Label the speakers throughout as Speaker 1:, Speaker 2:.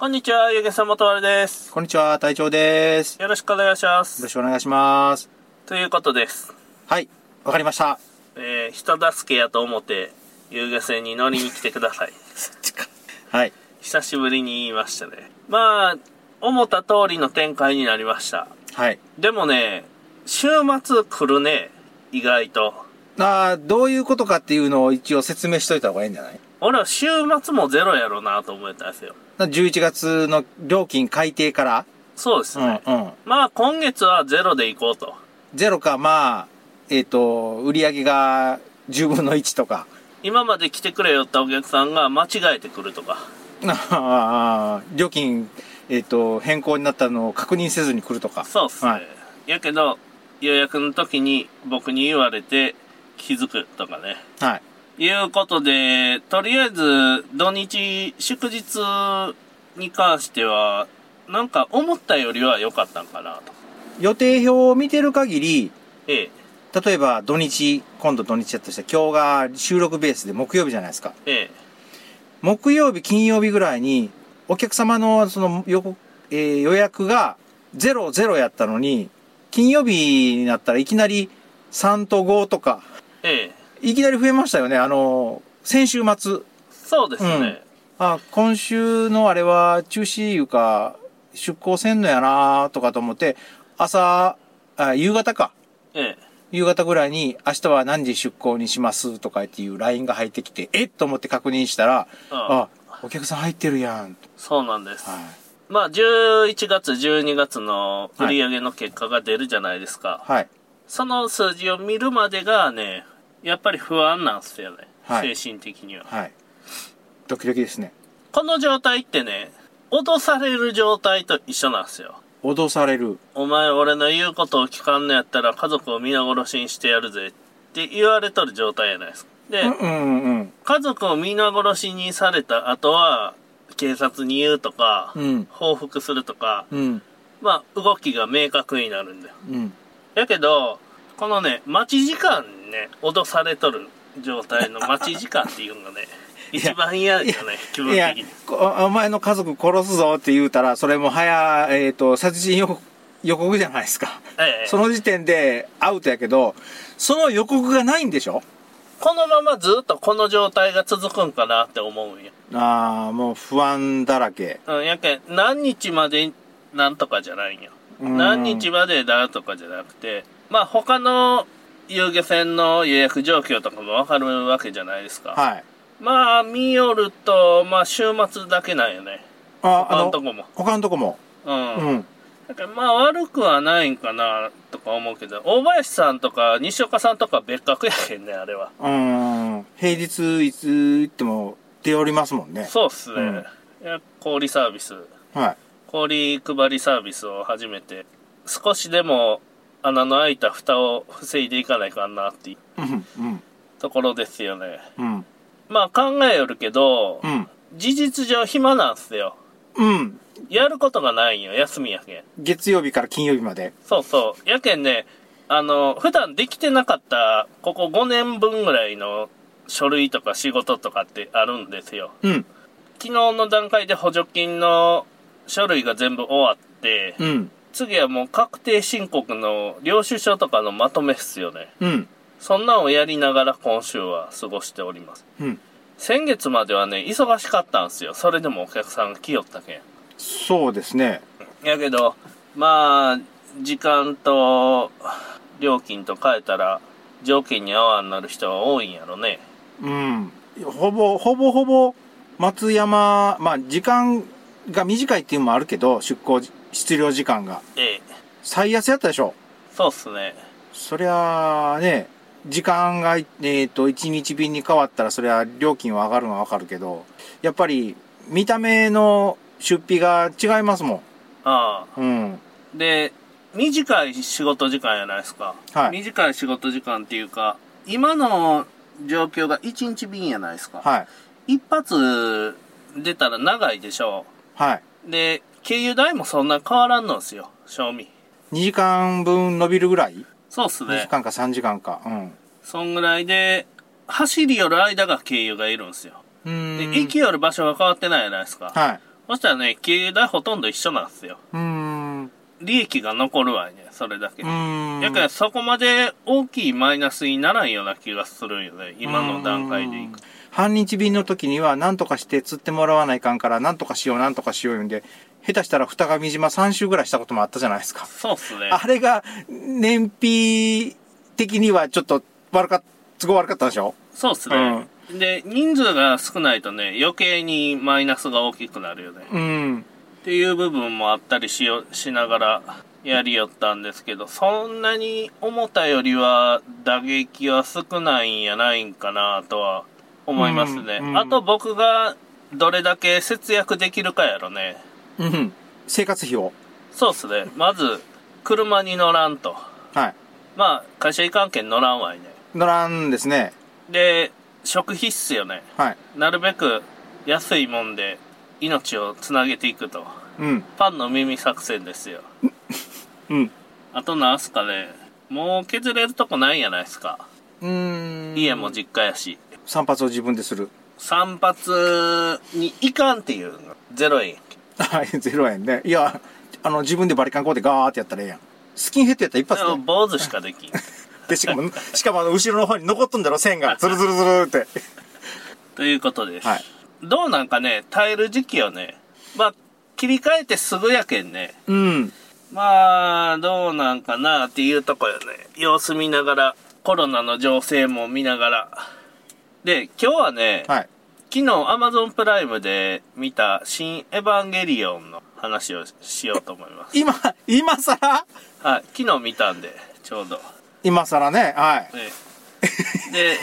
Speaker 1: こんにちは、ゆげさんもとわるです。
Speaker 2: こんにちは、隊長です。
Speaker 1: よろしくお願いしま
Speaker 2: よ
Speaker 1: す。
Speaker 2: ろしくお願いします。
Speaker 1: ということです。
Speaker 2: はい、わかりました。
Speaker 1: 人助けやと思って、ゆげせんに乗りに来てください。
Speaker 2: そっちか。はい。
Speaker 1: 久しぶりに言いましたね。まあ、思った通りの展開になりました。
Speaker 2: はい。
Speaker 1: でもね、週末来るね、意外と。
Speaker 2: どういうことかっていうのを一応説明しといた方がいいんじゃない？
Speaker 1: 俺は週末もゼロやろうなと思ったんですよ。
Speaker 2: 11月の料金改定から
Speaker 1: そうですね。まあ今月はゼロで行こうと。
Speaker 2: ゼロか、まあ、売り上げが10分の1とか。
Speaker 1: 今まで来てくれよったお客さんが間違えてくるとか。
Speaker 2: 料金、変更になったのを確認せずに来るとか。
Speaker 1: そうっすね。はい、やけど、予約の時に僕に言われて気づくとかね。
Speaker 2: はい。
Speaker 1: いうことで、とりあえず土日、祝日に関しては、なんか思ったよりは良かったんかなと。
Speaker 2: 予定表を見てる限り、
Speaker 1: 例
Speaker 2: えば土日、今度土日だとしたら今日が収録ベースで木曜日じゃないですか。木曜日、金曜日ぐらいに、お客様のその予約が0やったのに、金曜日になったらいきなり3と5とか、いきなり増えましたよね、先週末。
Speaker 1: そうですね。
Speaker 2: 今週のあれは中止いうか、出航せんのやなとかと思って、夕方か。夕方ぐらいに、明日は何時出航にしますとかっていう LINE が入ってきて、と思って確認したら、お客さん入ってるやん。
Speaker 1: そうなんです。はい、まあ、11月、12月の売り上げの結果が出るじゃないですか。
Speaker 2: はい。
Speaker 1: その数字を見るまでがね、やっぱり不安なんですよね。
Speaker 2: はい、
Speaker 1: 精神的には。
Speaker 2: はい。ドキドキですね。
Speaker 1: この状態ってね、脅される状態と一緒なんですよ。
Speaker 2: 脅される。
Speaker 1: お前俺の言うことを聞かんのやったら家族を皆殺しにしてやるぜって言われとる状態じゃないですか。で、家族を皆殺しにされた後は、警察に言うとか、報復するとか、まあ動きが明確になるんだよ。やけど、このね、待ち時間にね、脅されとる状態の待ち時間っていうのがね、一番嫌ですよね、気分的に。
Speaker 2: お前の家族殺すぞって言うたら、それも殺人予告じゃないですか。その時点でアウトやけど、その予告がないんでしょ？
Speaker 1: このままずっとこの状態が続くんかなって思うんよ。
Speaker 2: もう不安だらけ。
Speaker 1: やけん、何日までなんとかじゃないんよ。何日までだとかじゃなくて、まあ他の遊漁船の予約状況とかもわかるわけじゃないですか。
Speaker 2: はい。
Speaker 1: まあ見よると、まあ週末だけなんよね。他のとこも。
Speaker 2: 他のとこも。
Speaker 1: だからまあ悪くはないんかなとか思うけど、大林さんとか西岡さんとか別格やけんね、あれは。
Speaker 2: 平日いつ行っても出おりますもんね。
Speaker 1: そうっすね。氷サービス。
Speaker 2: はい。
Speaker 1: 氷配りサービスを始めて、少しでも穴の開いた蓋を防いでいかないかなっていうところですよね。まあ考えよるけど、事実上暇なんすよ。やることがないんよ、休みやけん。
Speaker 2: 月曜日から金曜日まで。
Speaker 1: そうそう。やけんね、普段できてなかった、ここ5年分ぐらいの書類とか仕事とかってあるんですよ。昨日の段階で補助金の書類が全部終わって、次はもう確定申告の領収書とかのまとめっすよね。そんなんをやりながら今週は過ごしております。先月まではね、忙しかったんすよ。それでもお客さんが来よったけん。
Speaker 2: そうですね。
Speaker 1: やけど、まあ、時間と料金と変えたら、条件に合わんなる人は多いんやろね。
Speaker 2: ほぼ、松山、まあ、時間が短いっていうのもあるけど、出漁時間が。最安やったでしょ？
Speaker 1: そうっすね。
Speaker 2: そりゃあね、時間が、1日便に変わったら、そりゃ料金は上がるのはわかるけど、やっぱり、見た目の出費が違いますもん。
Speaker 1: で、短い仕事時間やないですか。短い仕事時間っていうか、今の状況が1日便やないですか。一発出たら長いでしょう。で、経由代もそんな変わらんのですよ、賞味。
Speaker 2: 2時間分伸びるぐらい？
Speaker 1: そうっすね。
Speaker 2: 2時間か3時間か。
Speaker 1: そんぐらいで、走り寄る間が経由がいるんですよ。で、行き寄る場所が変わってないじゃないですか。 そしたらね、経代ほとんど一緒なんですよ。利益が残るわいね、それだけ。やからそこまで大きいマイナスにならんような気がするよね、今の段階でいく。
Speaker 2: 半日便の時には何とかして釣ってもらわないかんから何とかしよう何とかしよう言うんで、下手したら二上島3周ぐらいしたこともあったじゃないですか。
Speaker 1: そうっすね。
Speaker 2: あれが燃費的にはちょっと都合悪かったでしょ？
Speaker 1: そうっすね。で、人数が少ないとね、余計にマイナスが大きくなるよね。っていう部分もあったりしながらやりよったんですけど、そんなに思ったよりは打撃は少ないんやないんかなとは思いますね。あと僕がどれだけ節約できるかやろね。
Speaker 2: 生活費を。
Speaker 1: そうっすね。まず、車に乗らんと。
Speaker 2: はい。
Speaker 1: まあ、会社移関係乗らんわいね。
Speaker 2: 乗らんですね。
Speaker 1: で、食費っすよね。
Speaker 2: はい。
Speaker 1: なるべく安いもんで命をつなげていくと。パンの耳作戦ですよ。あとなんすかね。もう削れるとこないんやないですか。家も実家やし。
Speaker 2: 散髪を自分でする。
Speaker 1: 散髪に行かんっていうの。0円。
Speaker 2: はい、0円ね。いや、自分でバリカンコーでガーってやったらええやん。スキンヘッドやったら一発で。
Speaker 1: 坊主しかできん。
Speaker 2: で、しかも後ろの方に残っとんだろ、線が。ズルズルズルって。
Speaker 1: ということです。
Speaker 2: はい。
Speaker 1: どうなんかね、耐える時期をね、まあ、切り替えてすぐやけんね。まあ、どうなんかなっていうとこよね。様子見ながら、コロナの情勢も見ながら。で、今日はね、
Speaker 2: はい。
Speaker 1: 昨日 Amazon プライムで見た新エヴァンゲリオンの話をしようと思います。
Speaker 2: 今更
Speaker 1: はい、昨日見たんで、ちょうど。
Speaker 2: 今更ね、はい。
Speaker 1: で、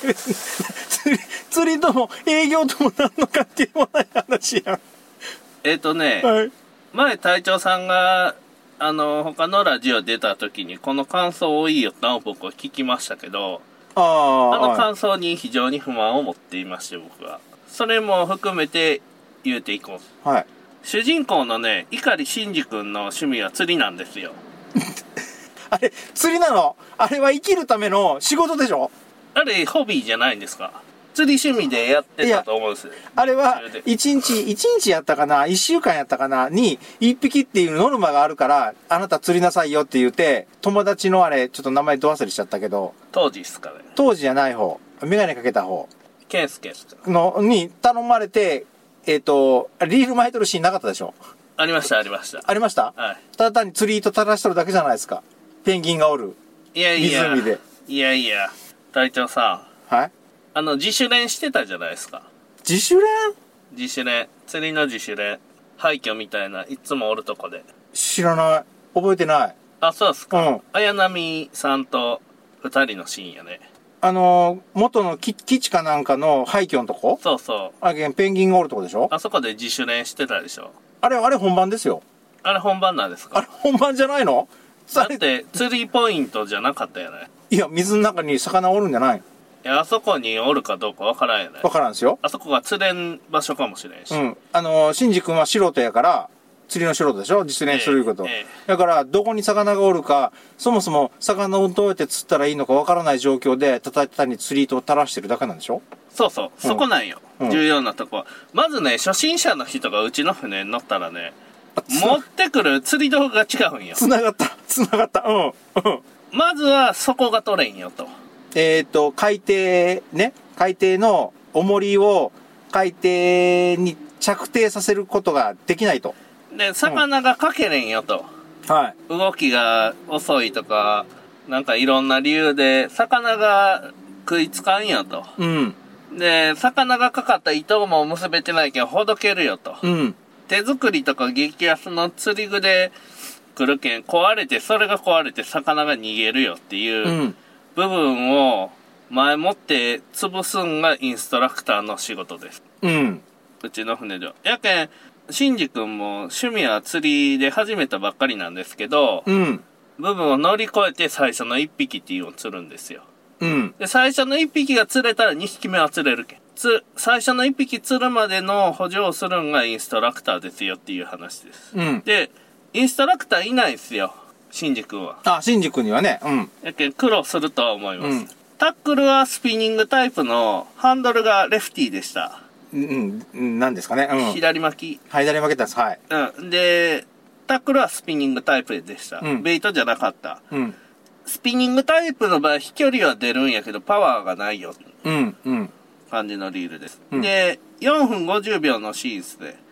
Speaker 2: 釣りとも営業ともなんの関係もない話やん。
Speaker 1: はい、前隊長さんが、他のラジオ出た時にこの感想多いよって僕は聞きましたけど、感想に非常に不満を持っていまして、僕は。それも含めて言うていこう。
Speaker 2: はい。
Speaker 1: 主人公のね、碇シンジ君の趣味は釣りなんですよ。
Speaker 2: あれ、釣りなの？あれは生きるための仕事でしょ？
Speaker 1: あれ、ホビーじゃないんですか？釣り趣味でやってたと思うんですよ。
Speaker 2: あれは、1日やったかな ?1 週間やったかなに、1匹っていうノルマがあるから、あなた釣りなさいよって言って、友達のあれ、ちょっと名前ど忘れしちゃったけど。
Speaker 1: 当時っすかね。
Speaker 2: 当時じゃない方。メガネかけた方。
Speaker 1: ケンスケっすか。
Speaker 2: に頼まれて、リール巻いとるシーンなかったでしょ？
Speaker 1: ありました、ありました。
Speaker 2: ありました？
Speaker 1: はい。
Speaker 2: ただ単に釣り糸垂らしとるだけじゃないですか。ペンギンがおる。
Speaker 1: いやいや。
Speaker 2: 湖で。
Speaker 1: いやいや。隊長さ
Speaker 2: ん。はい？
Speaker 1: 自主練してたじゃないですか。
Speaker 2: 自主練？
Speaker 1: 自主練。釣りの自主練。廃墟みたいな、いつもおるとこで。
Speaker 2: 知らない。覚えてない。
Speaker 1: あ、そうっすか。綾波さんと二人のシーンやね。
Speaker 2: 元の基地かなんかの廃墟のとこ？
Speaker 1: そうそう。
Speaker 2: ペンギンがおるとこでしょ？
Speaker 1: あそこで自主練してたでしょ。
Speaker 2: あれ本番ですよ。
Speaker 1: あれ本番なんですか？
Speaker 2: あれ本番じゃないの？
Speaker 1: だって釣りポイントじゃなかったやない。
Speaker 2: いや、水の中に魚おるんじゃない？
Speaker 1: いや、あそこにおるかどうかわからんやない。
Speaker 2: わからんですよ。
Speaker 1: あそこが釣れん場所かもしれんし。
Speaker 2: シンジ君は素人やから、釣りの素人でしょ？自主練するいうこと。だから、どこに魚がおるか、そもそも魚をどうやって釣ったらいいのかわからない状況で、ただ単に釣り糸を垂らしてるだけなんでしょ？
Speaker 1: そうそう。そこなんよ。重要なとこは。まずね、初心者の人がうちの船に乗ったらね、持ってくる釣り道具が違うんよ。
Speaker 2: 繋がった。
Speaker 1: まずはそこが取れんよと。
Speaker 2: 海底の重りを海底に着底させることができないと。
Speaker 1: で、魚がかけれんよと。
Speaker 2: はい。
Speaker 1: 動きが遅いとか、なんかいろんな理由で、魚が食いつかんよと。で、魚がかかった糸も結べてないけど、ほどけるよと。手作りとか激安の釣り具で来るけん、それが壊れて魚が逃げるよっていう部分を前もって潰すんがインストラクターの仕事です。うちの船では。やけん、シンジ君も趣味は釣りで始めたばっかりなんですけど、部分を乗り越えて最初の1匹っていうのを釣るんですよ。で、最初の1匹が釣れたら2匹目は釣れるけん。最初の1匹釣るまでの補助をするんがインストラクターですよっていう話です。で、インストラクターいないんですよ。シンジ君は。
Speaker 2: シンジ君にはね。
Speaker 1: やけん苦労するとは思います。タックルはスピニングタイプのハンドルがレフティーでした。
Speaker 2: なんですかね。
Speaker 1: 左巻き。
Speaker 2: 左巻きです。はい。
Speaker 1: で、タックルはスピニングタイプでした。ベイトじゃなかった。スピニングタイプの場合、飛距離は出るんやけど、パワーがないよ。感じのリールです。で、4分50秒のシーンですね。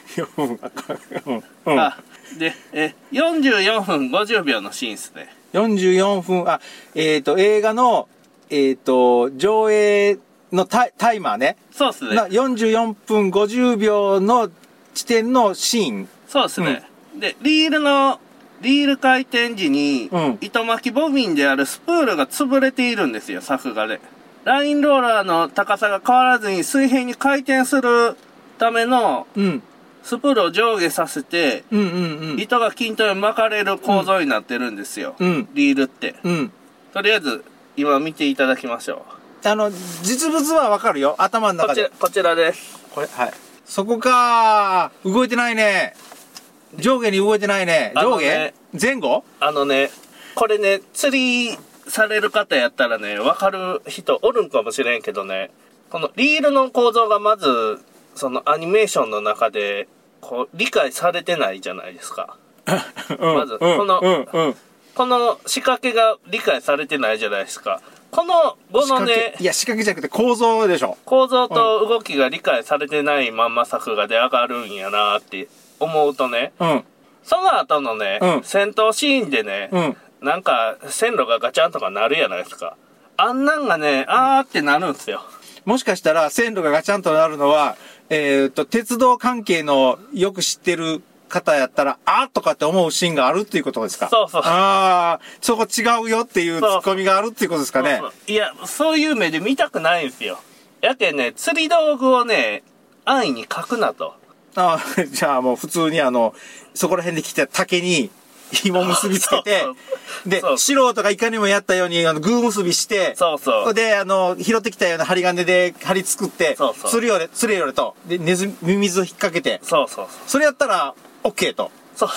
Speaker 1: で、44分50秒のシーンですね。
Speaker 2: 44分、映画の、上映のタイマーね。
Speaker 1: そうですね。
Speaker 2: 44分50秒の地点のシーン。
Speaker 1: そうですね。で、リール回転時に、糸巻きボビンであるスプールが潰れているんですよ、作画で。ラインローラーの高さが変わらずに水平に回転するための、スプールを上下させて、糸が均等に巻かれる構造になってるんですよ。リールって。とりあえず、今見ていただきましょ
Speaker 2: う。実物はわかるよ。頭の中で。
Speaker 1: こちらです。
Speaker 2: これ、はい。そこかー。動いてないね。上下に動いてないね。上下前後
Speaker 1: これね、釣りされる方やったらね、わかる人おるんかもしれんけどね、このリールの構造がまず、そのアニメーションの中で、こう、理解されてないじゃないですか。まず、この仕掛けが理解されてないじゃないですか。このね、
Speaker 2: いや、仕掛けじゃなくて構造でしょ。
Speaker 1: 構造と動きが理解されてないまんま作画で上がるんやなって思うとね、その後のね、戦闘シーンでね、なんか線路がガチャンとかなるやないですか。あんなんがね、あーってなるんですよ。
Speaker 2: もしかしたら線路がガチャンとなるのは、鉄道関係のよく知ってる方やったら、あーとかって思うシーンがあるっていうことですか？
Speaker 1: そうそう。
Speaker 2: あー、そこ違うよっていうツッコミがあるっていうことですかね？
Speaker 1: いや、そういう目で見たくないんですよ。やけんね、釣り道具をね、安易に書くなと。
Speaker 2: じゃあもう普通にそこら辺で来た竹に紐結びつけて、で、素人がいかにもやったように、グー結びして、で、拾ってきたような針金で針作って、釣れよれと、で、ミミズを引っ掛けて、それやったら、OK と。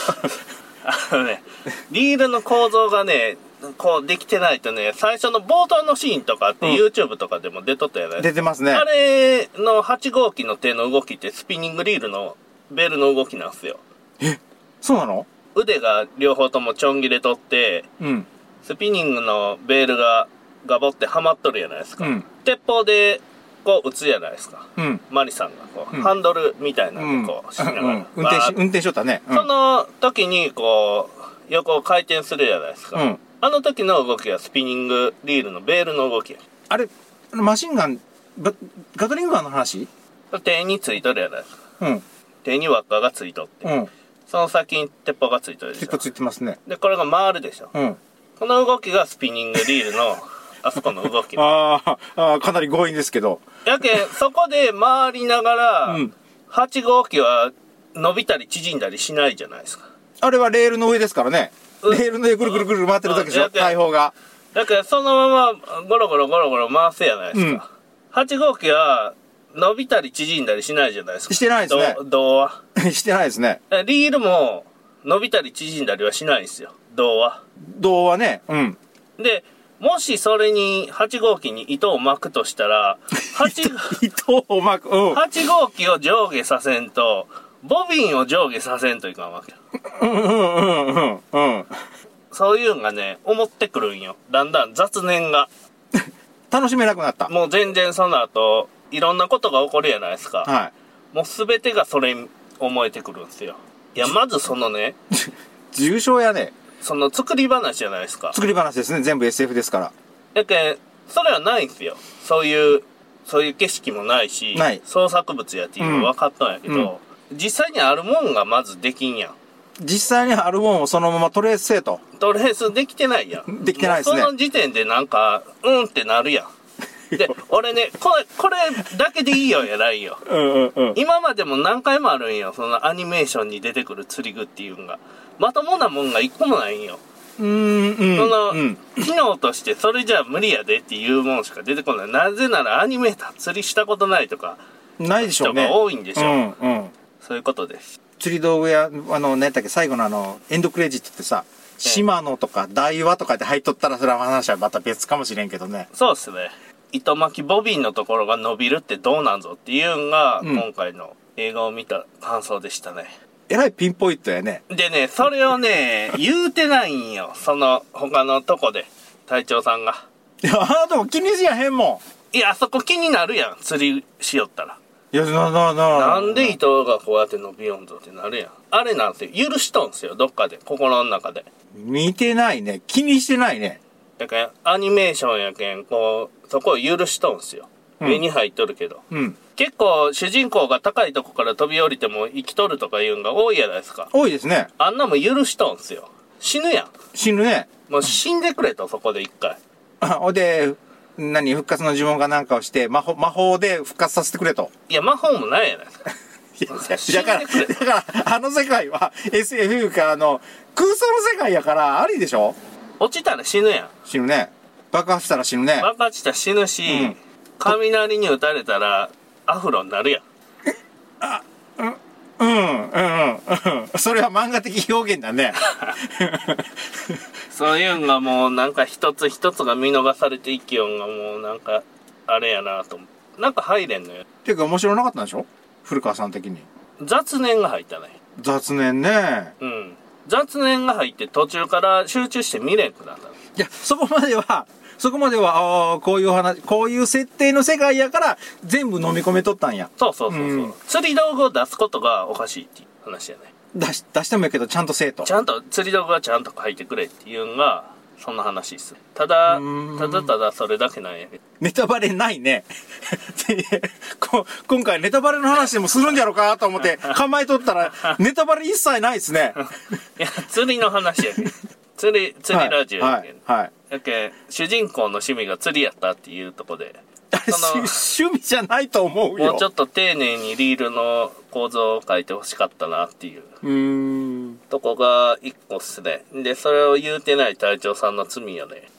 Speaker 1: リールの構造がね、こうできてないとね、最初の冒頭のシーンとかって YouTube とかでも出とったよね。
Speaker 2: 出てますね。
Speaker 1: あれの8号機の手の動きってスピニングリールのベルの動きなんですよ。
Speaker 2: そうなの？
Speaker 1: 腕が両方ともちょん切れとって、スピニングのベールがガボってはまっとるやないですか。鉄砲でこう打つじゃないですか。マリさんがこう、ハンドルみたいなのでこうしながら。
Speaker 2: 運転しとったね。
Speaker 1: その時にこう、横を回転するじゃないですか。あの時の動きがスピニングリールのベールの動きや。
Speaker 2: あれ、マシンガン、ガトリングガンの話？
Speaker 1: 手についとるやないですか。手に輪っかがついとって。その先に鉄砲がついてるでしょ。
Speaker 2: 鉄砲ついてますね。
Speaker 1: で、これが回るでしょ。この動きがスピニングリールの、あそこの動き。
Speaker 2: かなり強引ですけど。
Speaker 1: やけん、そこで回りながら、8号機は伸びたり縮んだりしないじゃないですか。
Speaker 2: あれはレールの上ですからね。レールの上ぐるぐるぐる回ってるだけでしょ、大砲が。
Speaker 1: だからそのままゴロゴロゴロゴロ回すやないですか。8号機は、伸びたり縮んだりしないじゃないですか。
Speaker 2: してないですね。
Speaker 1: 銅は。
Speaker 2: してないですね。
Speaker 1: リールも伸びたり縮んだりはしないんですよ。銅は。
Speaker 2: 銅はね。
Speaker 1: で、もしそれに8号機に糸を巻くとしたら、
Speaker 2: 糸を巻く。
Speaker 1: 8号機を上下させんと、ボビンを上下させんといかんわけ。そういうのがね、思ってくるんよ。だんだん雑念が。
Speaker 2: 楽しめなくなった。
Speaker 1: もう全然その後、いろんなことが起こるやないですか。もう全てがそれに思えてくるんですよ。いや、まずそのね。
Speaker 2: 重症やね。
Speaker 1: その作り話じゃないですか。
Speaker 2: 作り話ですね。全部 SF ですから。
Speaker 1: やけん、それはないんですよ。そういう景色もないし、創作物やっていうの分かったんやけど、実際にあるもんがまずできんやん。
Speaker 2: 実際にあるもんをそのままトレースせえと。
Speaker 1: トレースできてないやん。
Speaker 2: できてないですね。
Speaker 1: その時点でなんか、ってなるやん。で、俺ね、これだけでいいよやないよ。今までも何回もあるんよ。そのアニメーションに出てくる釣り具っていうのが。まともなもんが一個もないんよ。その、機能としてそれじゃ無理やでっていうもんしか出てこない。なぜならアニメーター釣りしたことないとか、
Speaker 2: ないでしょうね。
Speaker 1: 人が多いんでしょう。そういうことです。
Speaker 2: 釣り道具屋、何やったっけ、最後のエンドクレジットってさ、シマノとか大和とかで入っとったらそれは話はまた別かもしれんけどね。
Speaker 1: そうっすね。 糸巻きボビンのところが伸びるってどうなんぞっていうのが、今回の映画を見た感想でしたね。
Speaker 2: えらいピンポイントやね。
Speaker 1: でね、それをね、言うてないんよ。その、他のとこで、隊長さんが。
Speaker 2: いや、あなたも気にしやへんも
Speaker 1: ん。いや、あそこ気になるやん。釣りしよったら。
Speaker 2: いや、
Speaker 1: なんで糸がこうやって伸びよんぞってなるやん。あれなんですよ。許しとんすよ。どっかで。心の中で。
Speaker 2: 見てないね。気にしてないね。
Speaker 1: やけん、アニメーションやけん、こう、そこを許しとんすよ。目に入っとるけど。結構、主人公が高いとこから飛び降りても生きとるとかいうのが多いやないですか。
Speaker 2: 多いですね。
Speaker 1: あんなも許しとんすよ。死ぬやん。
Speaker 2: 死ぬね。
Speaker 1: もう死んでくれと、そこで一回。
Speaker 2: ほんで、復活の呪文かなんかをして、魔法で復活させてくれと。
Speaker 1: いや、魔法もないやないですか。
Speaker 2: だから、あの世界は SF か空想の世界やからありでしょ。
Speaker 1: 落ちたら死ぬやん。
Speaker 2: 死ぬね。爆発したら死ぬね。
Speaker 1: 爆発したら死ぬし、雷に打たれたらアフロになるやん。
Speaker 2: それは漫画的表現だね。
Speaker 1: そういうのがもうなんか一つ一つが見逃されていきよんがもうなんかあれやなと思う。なんか入れんのよ。
Speaker 2: ていうか面白なかったんでしょ、古川さん的に。
Speaker 1: 雑念が入ったね。
Speaker 2: 雑念ね。
Speaker 1: 雑念が入って途中から集中して見れんくなった。
Speaker 2: いや、そこまでは、こういう話、こういう設定の世界やから、全部飲み込めとったんや。
Speaker 1: そう。釣り道具を出すことがおかしいっていう話やね。
Speaker 2: 出してもいいけど、ちゃんとせえと。
Speaker 1: ちゃんと、釣り道具はちゃんと書いてくれっていうのが、そんな話っす。ただそれだけなんやけど。
Speaker 2: ネタバレないね。今回ネタバレの話でもするんじゃろうかと思って構えとったら、ネタバレ一切ないですね。
Speaker 1: いや、釣りの話やけど。釣りラジオやけん。やけん、主人公の趣味が釣りやったっていうとこで。
Speaker 2: 趣味じゃないと思うよ。
Speaker 1: もうちょっと丁寧にリールの構造を書いてほしかったなっていう。とこが一個っすね。で、それを言うてない隊長さんの罪よね。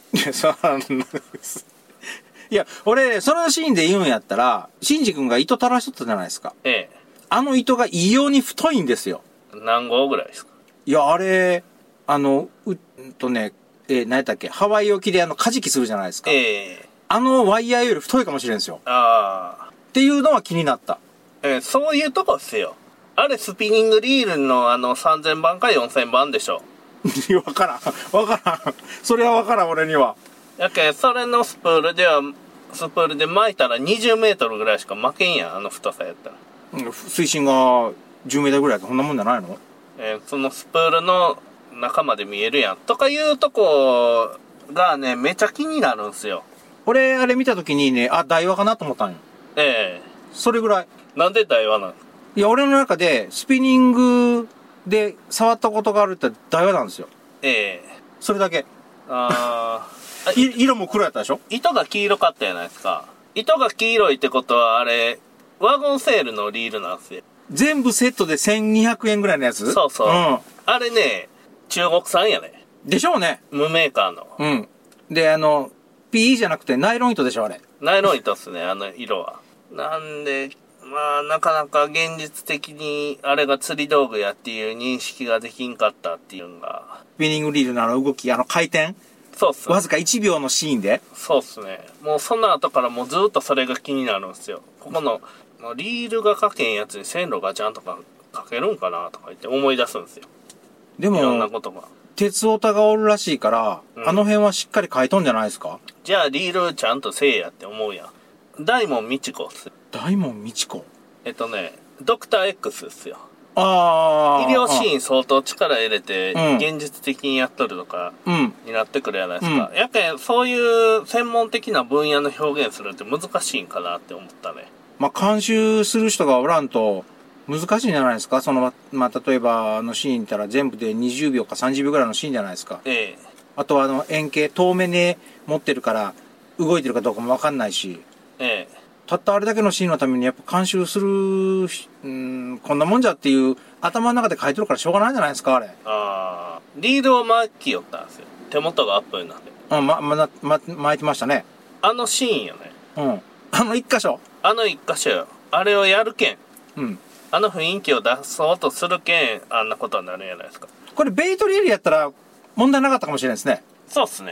Speaker 2: いや、俺、そのシーンで言うんやったら、シンジ君が糸垂らしとったじゃないですか。あの糸が異様に太いんですよ。
Speaker 1: 何号ぐらいですか？
Speaker 2: いや、あれ、何やったっけ、ハワイ沖でカジキするじゃないですか。あのワイヤーより太いかもしれんすよ。っていうのは気になった。
Speaker 1: そういうとこっすよ。あれスピニングリールの3000番か4000番でしょ。
Speaker 2: わからん。それはわからん、俺には。
Speaker 1: やけん、それのスプールで巻いたら20メートルぐらいしか巻けんやん、あの太さやったら。
Speaker 2: 水深が10メートルぐらいか、こんなもんじゃないの？
Speaker 1: そのスプールの中まで見えるやん。とかいうとこがね、めちゃ気になるんすよ。
Speaker 2: 俺、あれ見たときにね、台話かなと思ったんよ。それぐらい。
Speaker 1: なんで台話なの？
Speaker 2: いや、俺の中で、スピニングで触ったことがあるって台話なんですよ。それだけ。色も黒やったでしょ？
Speaker 1: 糸が黄色かったじゃないですか。糸が黄色いってことは、あれ、ワゴンセールのリールなんですよ。
Speaker 2: 全部セットで1200円ぐらいのやつ？
Speaker 1: そう。あれね、中国産やね。
Speaker 2: でしょうね。
Speaker 1: 無メーカーの。
Speaker 2: で、PE じゃなくてナイロン糸でしょ、あれ。
Speaker 1: ナイロン糸っすね、あの色は。なんで、なかなか現実的にあれが釣り道具やっていう認識ができんかったっていうのが。
Speaker 2: スピニングリールの動き、回転？
Speaker 1: そうっすね。
Speaker 2: わずか1秒のシーンで？
Speaker 1: そうっすね。もうその後からもうずっとそれが気になるんですよ。ここの、リールが書けんやつに線路がちゃんとか書けるんかなとか言って思い出すんですよ。
Speaker 2: でも、
Speaker 1: いろんなことが。
Speaker 2: 鉄オタがおるらしいから、あの辺はしっかり書いとんじゃないですか？
Speaker 1: じゃあリールちゃんとせえやって思うやん。大門みち子っす。
Speaker 2: 大門みち子？
Speaker 1: ドクター X っすよ。医
Speaker 2: 医
Speaker 1: 療シーン相当力入れて、現実的にやっとるとか、になってくるやないですか。やけん、そういう専門的な分野の表現するって難しいんかなって思ったね。
Speaker 2: 監修する人がおらんと、難しいんじゃないですか？例えば、シーンったら全部で20秒か30秒ぐらいのシーンじゃないですか。あとは、円形、遠目に持ってるから、動いてるかどうかもわかんないし。たったあれだけのシーンのためにやっぱ監修する、こんなもんじゃっていう頭の中で書いてるからしょうがないんじゃないですか、あれ。
Speaker 1: リールを巻きよったんですよ。手元がアップになって。
Speaker 2: 巻いてましたね。
Speaker 1: あのシーンよね。
Speaker 2: 一箇所。
Speaker 1: 一箇所よ。あれをやるけん。あの雰囲気を出そうとするけん、あんなことになるじゃないですか。
Speaker 2: これベイトリールやったら問題なかったかもしれないですね。
Speaker 1: そうっすね。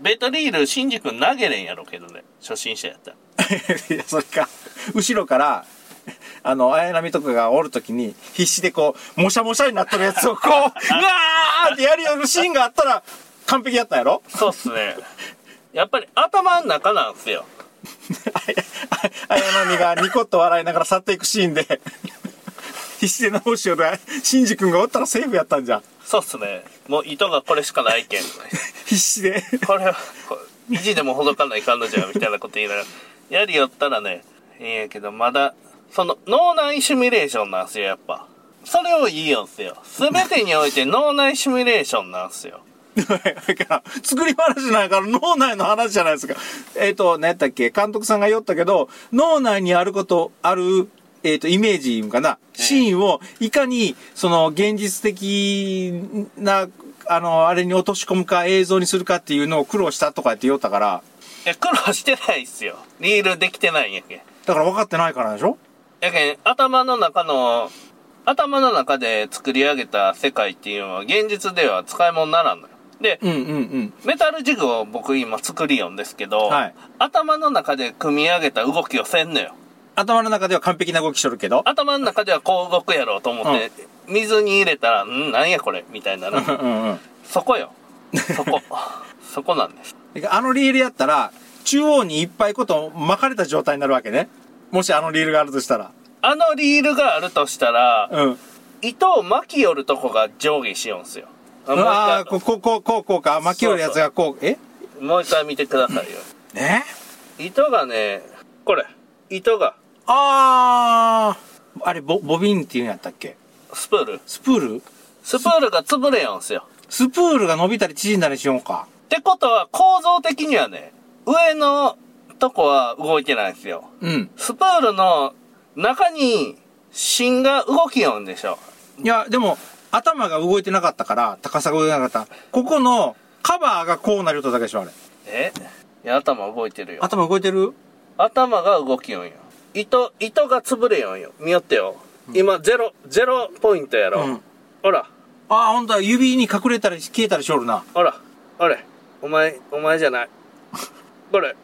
Speaker 1: ベトリール、シンジ君投げれんやろけどね。初心者やったら。
Speaker 2: いや、それか、後ろから、綾波とかがおるときに、必死でこう、もしゃもしゃになってるやつをこう、うわーってやるようなシーンがあったら、完璧やったやろ？
Speaker 1: そうっすね。やっぱり頭の中なんすよ。
Speaker 2: 綾波がニコッと笑いながら去っていくシーンで、必死で直しようで、シンジ君がおったらセーフやったんじゃん。
Speaker 1: そうっすね。もう糸がこれしかないけん。
Speaker 2: 必死で。
Speaker 1: これは、意地でもほどかないかんのじゃ、みたいなこと言いながら。やりよったらね、いいんやけど、まだ、その、脳内シミュレーションなんすよ、やっぱ。それをいいよんすよ。すべてにおいて脳内シミュレーションなんすよ。
Speaker 2: だから作り話ないから脳内の話じゃないですか。何やったっけ、監督さんが言ったけど、脳内にあるある、イメージかな、シーンをいかに、その、現実的な、あれに落とし込むか映像にするかっていうのを苦労したとかって言ったから。
Speaker 1: いや、苦労してないっすよ。リールできてないんやけん。
Speaker 2: だから分かってないからでしょ？
Speaker 1: やけん、頭の中で作り上げた世界っていうのは現実では使い物にならんのよ。で、メタルジグを僕今作りよんですけど、はい、頭の中で組み上げた動きをせんのよ。
Speaker 2: 頭の中では完璧な動きしとるけど、
Speaker 1: 頭の中ではこう動くやろうと思って、水に入れたら、なんやこれみたいなの。そこよ。そこなんです。
Speaker 2: リールやったら、中央にいっぱいこと巻かれた状態になるわけね。もしリールがあるとしたら。
Speaker 1: リールがあるとしたら、糸を巻き寄るとこが上下しようんすよ。
Speaker 2: こうか。巻き寄るやつがこう、
Speaker 1: もう一回見てくださいよ。糸がね、これ。糸が。
Speaker 2: あれ、ボビンっていうんやったっけ？
Speaker 1: スプールが潰れよんすよ。
Speaker 2: スプールが伸びたり縮んだりしようか。
Speaker 1: ってことは、構造的にはね、上のとこは動いてないんですよ。スプールの中に芯が動きよんでしょ。
Speaker 2: いや、でも、頭が動いてなかったから、高さが動いてなかった。ここのカバーがこうなるとだけでしょ、あれ。
Speaker 1: いや、頭動いてるよ。
Speaker 2: 頭動いてる？
Speaker 1: 頭が動きよんよ。糸が潰れよんよ。見よってよ。今、ゼロポイントやろ。ほら。
Speaker 2: ほんとだ、指に隠れたり消えたりしょるな。
Speaker 1: ほら。あれ。お前じゃない。これ。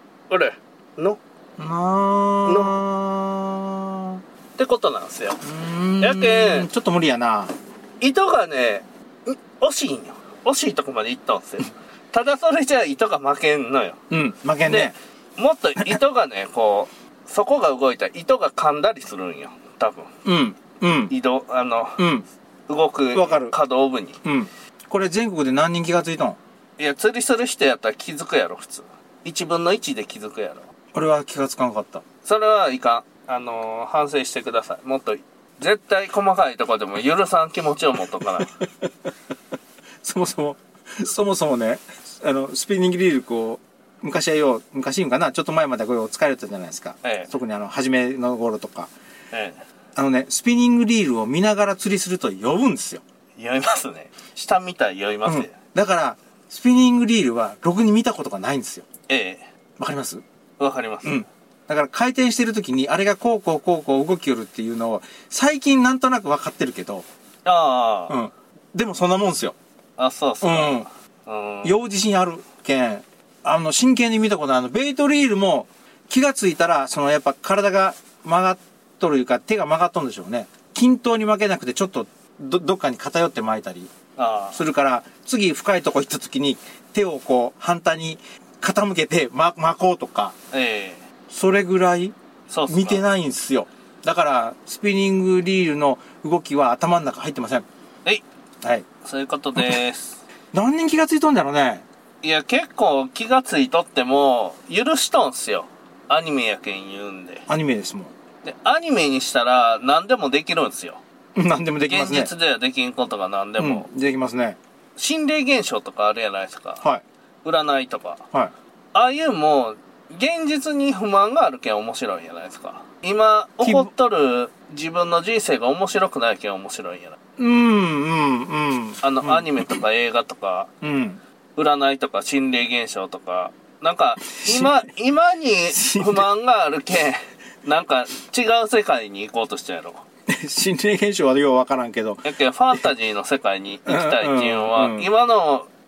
Speaker 1: ってことなんですよ。やけん。
Speaker 2: ちょっと無理やな。
Speaker 1: 糸がね、惜しいんよ。惜しいとこまで行ったんですよ。ただそれじゃ糸が負けんのよ。
Speaker 2: 負けんね。
Speaker 1: もっと糸がね、こう、そこが動いたら糸が噛んだりするんよ。多分。動く可動部に。
Speaker 2: これ全国で何人気がついたん？
Speaker 1: いや、釣りする人やったら気づくやろ、普通。1分の1で気づくやろ。
Speaker 2: 俺は気がつかんかった。
Speaker 1: それはいかん。反省してください。もっと、絶対細かいとこでも許さん気持ちを持っとかない。
Speaker 2: そもそもね、スピニングリールこう、昔言うんかな、ちょっと前までこれを使えたじゃないですか。特に初めの頃とか。スピニングリールを見ながら釣りすると酔うんですよ。
Speaker 1: 酔いますね。下見たら酔いますね。
Speaker 2: だから、スピニングリールはろくに見たことがないんですよ。わかります？
Speaker 1: わかります。
Speaker 2: だから回転してる時に、あれがこう動きよるっていうのを、最近なんとなく分かってるけど。でもそんなもんですよ。
Speaker 1: そうそう。
Speaker 2: 酔う自信あるけん。真剣に見たことある。ベイトリールも気がついたら、やっぱ体が曲がっとるいうか、手が曲がっとるんでしょうね。均等に負けなくて、ちょっとどっかに偏って巻いたりするから、次深いとこ行った時に手をこう反対に傾けて巻こうとか、それぐらい見てないんですよ。だからスピニングリールの動きは頭の中入ってません。はい。
Speaker 1: そういうことです。
Speaker 2: 何人気がついとんだろうね。
Speaker 1: いや、結構気がついとっても許しとんすよ。アニメやけん言うんで。
Speaker 2: アニメですもん。
Speaker 1: で、アニメにしたら何でもできるんですよ。
Speaker 2: 何でもできますね。
Speaker 1: 現実ではできんことが何でも。
Speaker 2: できますね。
Speaker 1: 心霊現象とかあるじゃないですか。
Speaker 2: はい。
Speaker 1: 占いとか。
Speaker 2: はい。
Speaker 1: ああいうも現実に不満があるけん面白いじゃないですか。今起こっとる自分の人生が面白くないけん面白いんやな。アニメとか映画とか、占いとか心霊現象とか、なんか今に不満があるけん、なんか違う世界に行こうとしたやろ。
Speaker 2: 心霊現象はようわからんけど。
Speaker 1: やけんファンタジーの世界に行きたいっていうのは、今の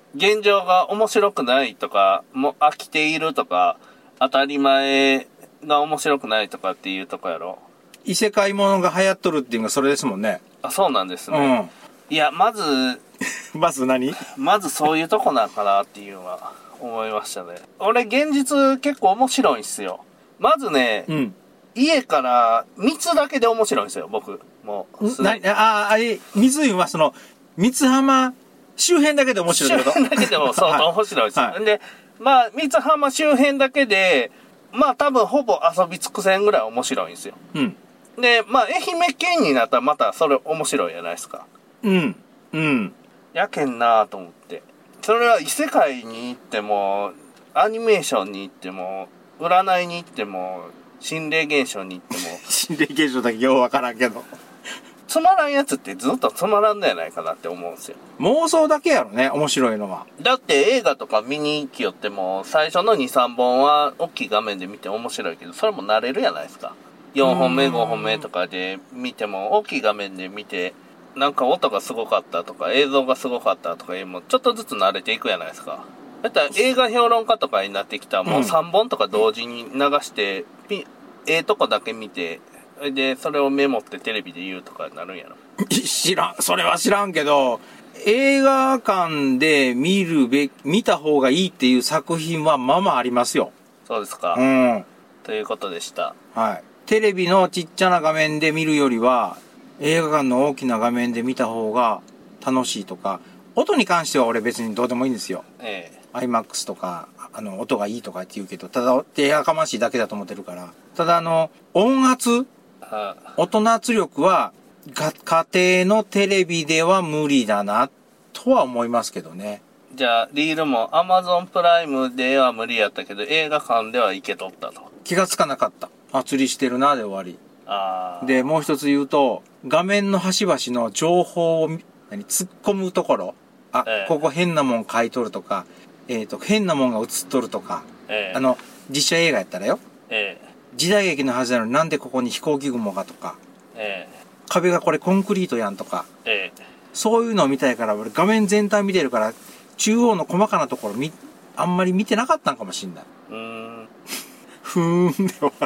Speaker 1: 現状が面白くないとか、もう飽きているとか、当たり前が面白くないとかっていうとこやろ。
Speaker 2: 異世界ものが流行っとるっていうのがそれですもんね。
Speaker 1: あ、そうなんですね。いや、まず
Speaker 2: まず何？
Speaker 1: まずそういうとこなんかなっていうのは思いましたね。俺現実結構面白いんすよ。まずね、家から密だけで面白いんですよ、僕。もう。
Speaker 2: 湖はその、三津浜周辺だけで面白いってこと？
Speaker 1: 周辺だけでも相当面白いですよ。はい、で、まあ、三津浜周辺だけで、まあ多分ほぼ遊び尽くせんぐらい面白いんですよ。で、まあ愛媛県になったらまたそれ面白いじゃないですか。やけんなぁと思って。それは異世界に行っても、アニメーションに行っても、占いに行っても、心霊現象に行っても。
Speaker 2: 心霊現象だけようわからんけど。
Speaker 1: つまらんやつってずっとつまらんのやないかなって思うんですよ。
Speaker 2: 妄想だけやろね、面白いのは。
Speaker 1: だって映画とか見に行きよっても、最初の2、3本は大きい画面で見て面白いけど、それも慣れるやないですか。4本目、5本目とかで見ても、大きい画面で見て、なんか音がすごかったとか、映像がすごかったとかいうもちょっとずつ慣れていくやないですか。だったら映画評論家とかになってきたらもう3本とか同時に流して、とこだけ見て、で、それをメモってテレビで言うとかになるんやろ。
Speaker 2: それは知らんけど、映画館で見た方がいいっていう作品はまあまあありますよ。
Speaker 1: そうですか。ということでした。
Speaker 2: はい。テレビのちっちゃな画面で見るよりは、映画館の大きな画面で見た方が楽しいとか、音に関しては俺別にどうでもいいんですよ。IMAX とか、音がいいとかって言うけど、ただ、やかましいだけだと思ってるから。ただ音圧、音圧力は、家庭のテレビでは無理だな、とは思いますけどね。
Speaker 1: じゃあ、リールも Amazon プライムでは無理やったけど、映画館ではいけとったと。
Speaker 2: 気がつかなかった。釣りしてるな、で終わり。で、もう一つ言うと、画面の端々の情報を、突っ込むところ。ここ変なもん書いとるとか、変なもんが映っとるとか、実写映画やったらよ。時代劇のはずなのになんでここに飛行機雲がとか、壁がこれコンクリートやんとか、そういうのを見たいから俺画面全体見てるから中央の細かなところあんまり見てなかったんかもしんない。ふーんで終わった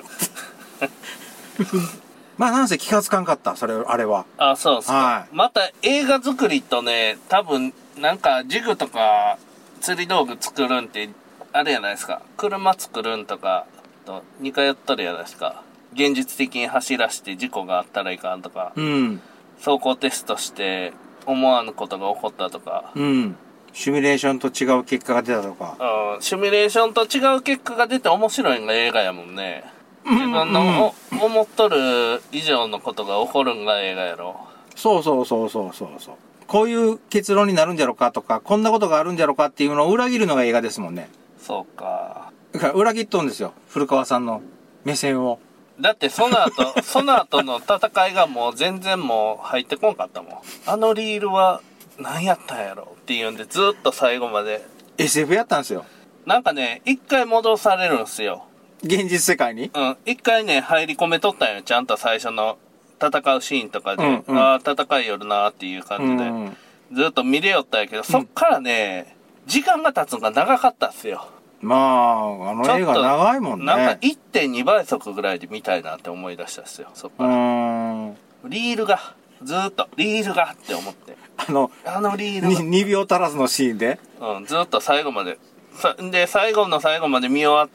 Speaker 2: まあなんせ気がつかんかった、あれは。
Speaker 1: そうですか。はい、また映画作りとね、多分なんかジグとか釣り道具作るんってあれやないですか。車作るんとかと似通っとるやないですか。現実的に走らして事故があったらいかんとか、走行テストして思わぬことが起こったとか、
Speaker 2: シミュレーションと違う結果が出たとか、
Speaker 1: シミュレーションと違う結果が出て面白いのが映画やもんね。自分の思っとる以上のことが起こるんが映画やろ。
Speaker 2: そう。こういう結論になるんじゃろかとか、こんなことがあるんじゃろかっていうのを裏切るのが映画ですもんね。
Speaker 1: そうか。
Speaker 2: だから裏切っとんですよ、古川さんの目線を。
Speaker 1: だってその後の戦いがもう全然もう入ってこんかったもん。あのリールは何やったんやろっていうんでずっと最後まで。
Speaker 2: SF やったんですよ。
Speaker 1: なんかね、一回戻されるんすよ。
Speaker 2: 現実世界に？
Speaker 1: 一回ね、入り込めとったんよ。ちゃんと最初の戦うシーンとかで、戦いよるなっていう感じで、ずっと見れよったんやけど、そっからね、時間が経つのが長かったっすよ。
Speaker 2: まあ、あの映画長いもんね。
Speaker 1: なんか 1.2 倍速ぐらいで見たいなって思い出したっすよ、そっから。リールが、ずっと、リールがって思って。あのリールが。
Speaker 2: 2秒足らずのシーンで？
Speaker 1: ずっと最後まで。で、最後の最後まで見終わって、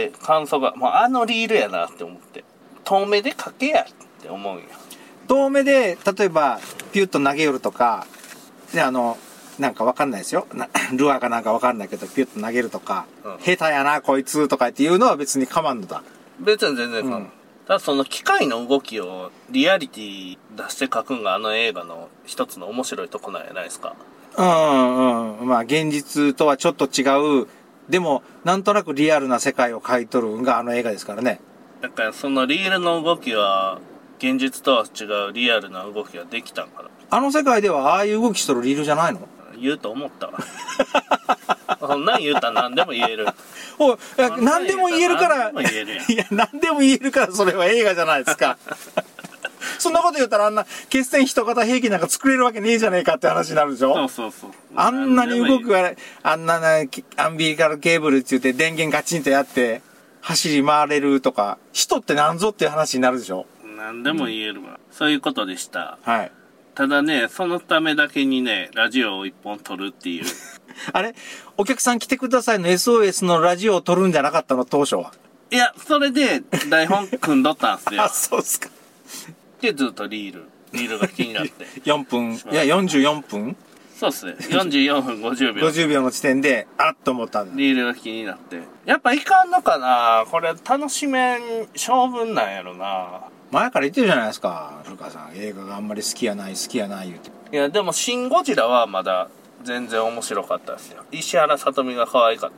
Speaker 1: 感想が、もうあのリールやなって思って。遠目で書けやって思うんよ。
Speaker 2: 遠目で、例えば、ピュッと投げよるとか、で、なんかわかんないですよ。ルアーかなんかわかんないけど、ピュッと投げるとか、下手やな、こいつとかっていうのは別に構わんのだ。
Speaker 1: 別に全然構わん。ただその機械の動きをリアリティ出して書くんがあの映画の一つの面白いとこなんやないですか。
Speaker 2: まあ現実とはちょっと違う、でもなんとなくリアルな世界を描いとるんがあの映画ですからね。
Speaker 1: だからそのリールの動きは現実とは違うリアルな動きができたんかな。
Speaker 2: あの世界ではああいう動きしとるリールじゃないの？
Speaker 1: 言うと思ったわ。そんなん言うたら何でも言える。
Speaker 2: 何でも言えるから、いや、何でも言えるからそれは映画じゃないですか。 そんなこと言ったらあんな決戦一型兵器なんか作れるわけねえじゃねえかって話になるでしょ。
Speaker 1: そう。
Speaker 2: あんなに動くあんなアンビリカルケーブルって言って電源ガチンとやって走り回れるとか、人ってなんぞっていう話になるでしょ。
Speaker 1: なんでも言えるわ。そういうことでした。
Speaker 2: はい。
Speaker 1: ただね、そのためだけにね、ラジオを一本撮るっていう。
Speaker 2: あれお客さん来てくださいの SOS のラジオを撮るんじゃなかったの当初は。
Speaker 1: いや、それで台本組んどったんすよ。
Speaker 2: あ、そうっすか。
Speaker 1: で、ずっとリールが気になって。
Speaker 2: 4分、いや、44分
Speaker 1: そうっすね。44分50秒。
Speaker 2: 50秒の時点で、あっと思ったんだ。
Speaker 1: リールが気になって。やっぱいかんのかなこれ楽しめん性分なんやろな。
Speaker 2: 前から言ってるじゃないですか、古川さん。映画があんまり好きやない言って。
Speaker 1: いや、でも、シン・ゴジラはまだ全然面白かったですよ。石原さとみが可愛かった。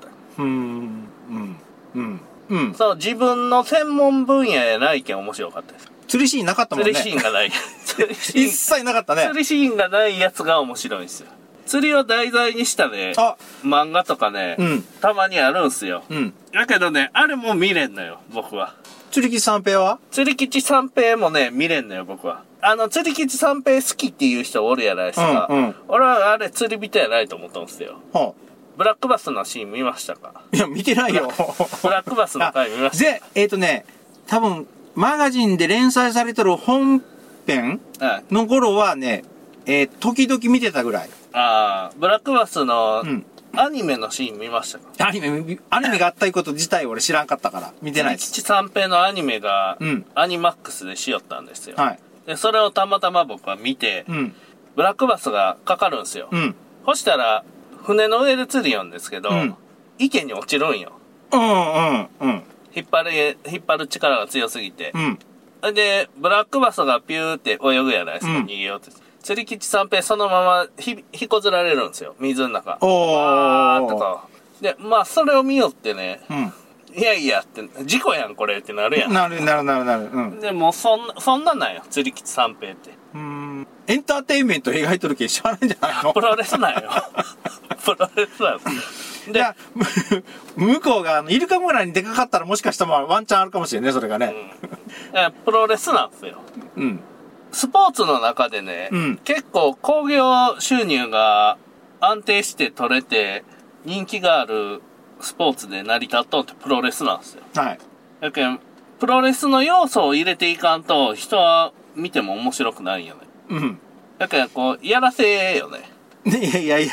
Speaker 1: そう、自分の専門分野やないけん面白かったです。
Speaker 2: 釣りシーンなかったもんね。
Speaker 1: 釣りシーンがない。
Speaker 2: 一切なかったね。
Speaker 1: 釣りシーンがないやつが面白いんですよ。釣りを題材にしたね、漫画とかね、たまにあるんすよ。だけどね、あれも見れんのよ、僕は。
Speaker 2: 釣り吉三平は
Speaker 1: 釣り吉三平もね、見れんのよ、僕は。釣り吉三平好きっていう人おるやないですか。俺はあれ釣り人やないと思ったんですよ。ブラックバスのシーン見ましたか？
Speaker 2: いや、見てないよ。
Speaker 1: ブラックバスの回見ました。
Speaker 2: で、多分、マガジンで連載されてる本編の頃はね、時々見てたぐらい。
Speaker 1: ブラックバスの、アニメのシーン見ましたか？
Speaker 2: アニメがあったいうこと自体俺知らんかったから、見てないです。
Speaker 1: 釣り吉三平のアニメが、アニマックスでしよったんですよ。で、それをたまたま僕は見て、ブラックバスがかかるんですよ。そしたら、船の上で釣りよんですけど、池に落ちるんよ。引っ張る力が強すぎて。で、ブラックバスがピューって泳ぐやないですか、逃げようって。釣り吉三平そのまま引こずられるんですよ、水の中。わーっとか。で、まあ、それを見よってね、いやいやって、事故やん、これってなるやん。
Speaker 2: なる。
Speaker 1: でもそんなんなんよ、釣り吉三平って。
Speaker 2: エンターテインメント描いとるけしゃあないんじゃないの？
Speaker 1: プロレスなんよ。プロレスなん
Speaker 2: で、向こうがイルカ村にでかかったらもしかしたらワンチャンあるかもしれんね、それがね。
Speaker 1: プロレスなんですよ。スポーツの中でね、結構興行収入が安定して取れて人気があるスポーツで成り立っとんってプロレスなんですよ。だけど、プロレスの要素を入れていかんと人は見ても面白くないよね。だからこう、やらせよね。
Speaker 2: いや。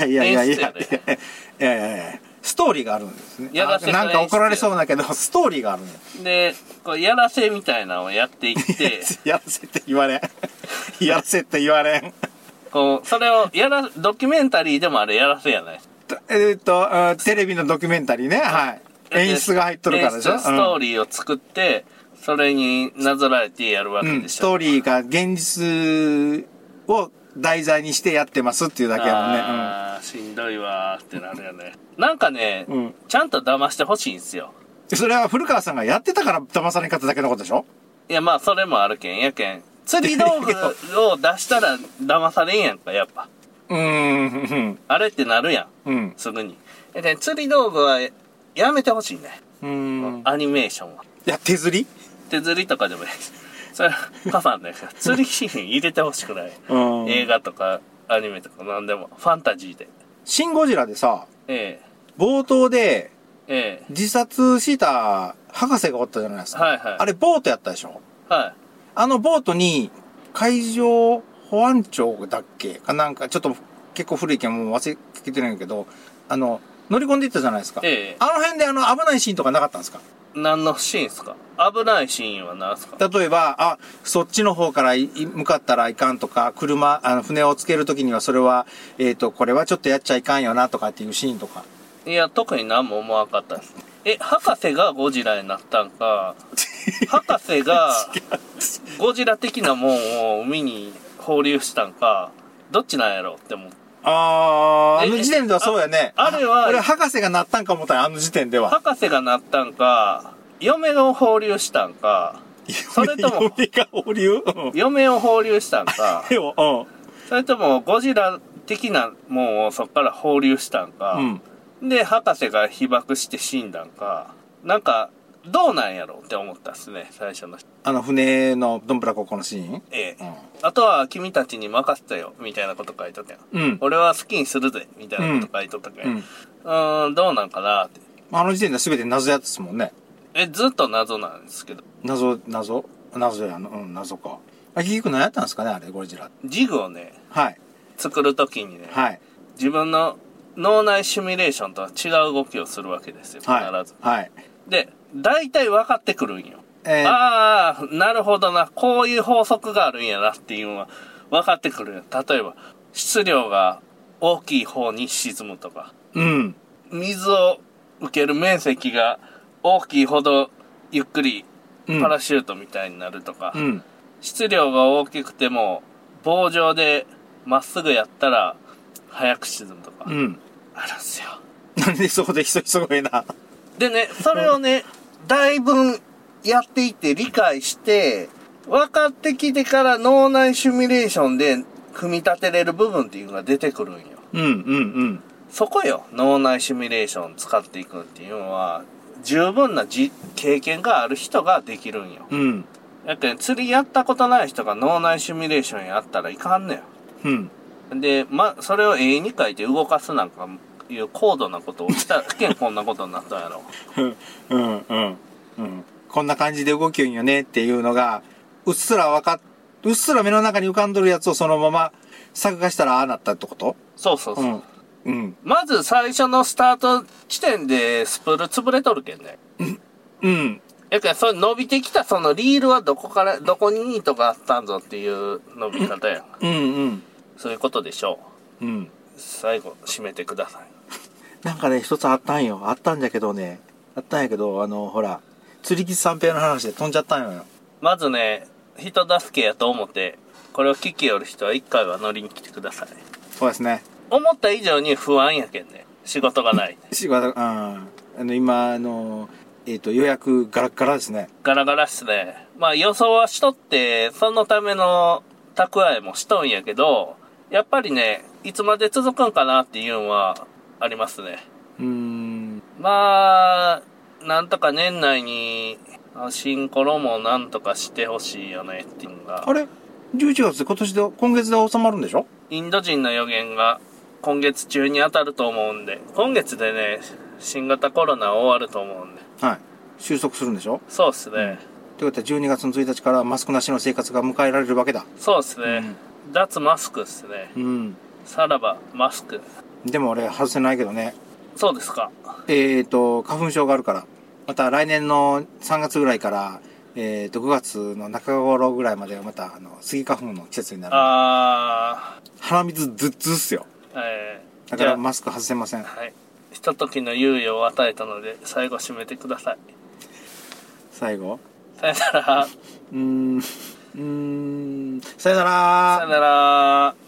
Speaker 2: ストーリーがあるんですね。なんか怒られそうだけど、ストーリーがあるんです。
Speaker 1: で、こうやらせみたいなのをやっていって。
Speaker 2: やらせって言われん。
Speaker 1: こう、それをドキュメンタリーでもあれやらせやない。
Speaker 2: テレビのドキュメンタリーね。演出が入っとるからでしょ。
Speaker 1: ストーリーを作って、それになぞらえてやるわけでしょ。
Speaker 2: ストーリーが現実を題材にしてやってますっていうだけやもんね。
Speaker 1: しんどいわーってなるよね。なんかね、ちゃんと騙してほしいんすよ。
Speaker 2: それは古川さんがやってたから騙され方だけのことでしょ？
Speaker 1: いや、まあ、それもあるけん。釣り道具を出したら騙されんやんか、やっぱ。あれってなるやん。すぐに。釣り道具はやめてほしいね。アニメーションは。
Speaker 2: いや、手釣
Speaker 1: りとかでもいいです。それは、パパね、釣りシーン入れてほしくない。映画とか、アニメとか何でも。ファンタジーで。
Speaker 2: シン・ゴジラでさ、冒頭で、自殺した博士がおったじゃないですか。あれ、ボートやったでしょ？あのボートに、海上保安庁だっけかなんか、ちょっと結構古いけんもう忘れてないけど、乗り込んでいったじゃないですか。あの辺で危ないシーンとかなかったんですか？
Speaker 1: 何のシーンですか？危ないシーンは何ですか？
Speaker 2: 例えば、そっちの方から向かったらいかんとか、船をつけるときにはそれは、これはちょっとやっちゃいかんよなとかっていうシーンとか。
Speaker 1: いや、特に何も思わなかったです。博士がゴジラになったんか、博士がゴジラ的なもんを海に放流したんか、どっちなんやろって思って。
Speaker 2: あの時点ではそうやね。
Speaker 1: あれは、
Speaker 2: 俺博士がなったんか思ったら、あの時点では。
Speaker 1: 博士がなったんか、嫁を放流したんか、それとも、嫁を放流したんか、それともゴジラ的なもんをそっから放流したんか、で、博士が被爆して死んだんか、なんか、 どうなんやろうって思ったっすね、最初の。
Speaker 2: 船のドンブラ高校のシーン。
Speaker 1: ええ。あとは、君たちに任せたよ、みたいなこと書いとったやん。俺は好きにするぜ、みたいなこと書いとったけん。どうなんかなって。
Speaker 2: 時点で全て謎やつですもんね。
Speaker 1: ずっと謎なんですけど。
Speaker 2: 謎や謎か。結局何やったんですかね、あれ、ゴジラ。
Speaker 1: ジグをね、
Speaker 2: はい。
Speaker 1: 作るときにね、
Speaker 2: はい。
Speaker 1: 自分の脳内シミュレーションとは違う動きをするわけですよ、必ず。
Speaker 2: はい。
Speaker 1: で、大体分かってくるんよ。ああ、なるほどな。こういう法則があるんやなっていうのは分かってくるよ。例えば、質量が大きい方に沈むとか。水を受ける面積が大きいほどゆっくりパラシュートみたいになるとか。質量が大きくても棒状でまっすぐやったら早く沈むとか。あるんすよ。
Speaker 2: なんでそこですごいな。
Speaker 1: でね、それをね、だいぶやっていって理解して、分かってきてから脳内シミュレーションで組み立てれる部分っていうのが出てくるんよ。そこよ、脳内シミュレーション使っていくっていうのは、十分な経験がある人ができるんよ。やけん、釣りやったことない人が脳内シミュレーションやったらいかんねん。で、それを絵に描いて動かすなんかいう高度なことをしたけんこんなことになったんやろ。
Speaker 2: こんな感じで動きよんよねっていうのが、うっすら目の中に浮かんどるやつをそのまま作画したらああなったってこと？
Speaker 1: そう。まず最初のスタート地点でスプール潰れとるけんね。やけん、それ伸びてきたそのリールはどこに糸があったんぞっていう伸び方やん。そういうことでしょう。最後、締めてください。
Speaker 2: なんかね、一つあったんだけどね。ほら、釣り吉三平の話で飛んじゃったんよ。
Speaker 1: まずね、人助けやと思って、これを聞きよる人は一回は乗りに来てください。
Speaker 2: そうですね。
Speaker 1: 思った以上に不安やけんね。仕事がない。
Speaker 2: 今、予約ガラッガラですね。
Speaker 1: ガラガラっすね。まあ予想はしとって、そのための蓄えもしとんやけど、やっぱりね、いつまで続くんかなっていうのはありますね。まあ、なんとか年内に、新コロもなんとかしてほしいよねっていうのが。
Speaker 2: あれ ?11 月で今月で収まるんでしょ？
Speaker 1: インド人の予言が今月中に当たると思うんで、今月でね、新型コロナは終わると思うんで。
Speaker 2: はい。収束するんでしょ？
Speaker 1: そうっすね。
Speaker 2: ということは12月の1日からマスクなしの生活が迎えられるわけだ。
Speaker 1: そうっすね。脱マスクっすね。さらばマスク。
Speaker 2: でも俺外せないけどね。
Speaker 1: そうですか。
Speaker 2: 花粉症があるから。また来年の3月ぐらいから、5月の中頃ぐらいまではまた、スギ花粉の季節になる。鼻水ずっすよ。だからマスク外せません。
Speaker 1: はい。ひとときの猶予を与えたので、最後締めてください。
Speaker 2: 最後？
Speaker 1: さよなら。
Speaker 2: さよなら。
Speaker 1: さよなら。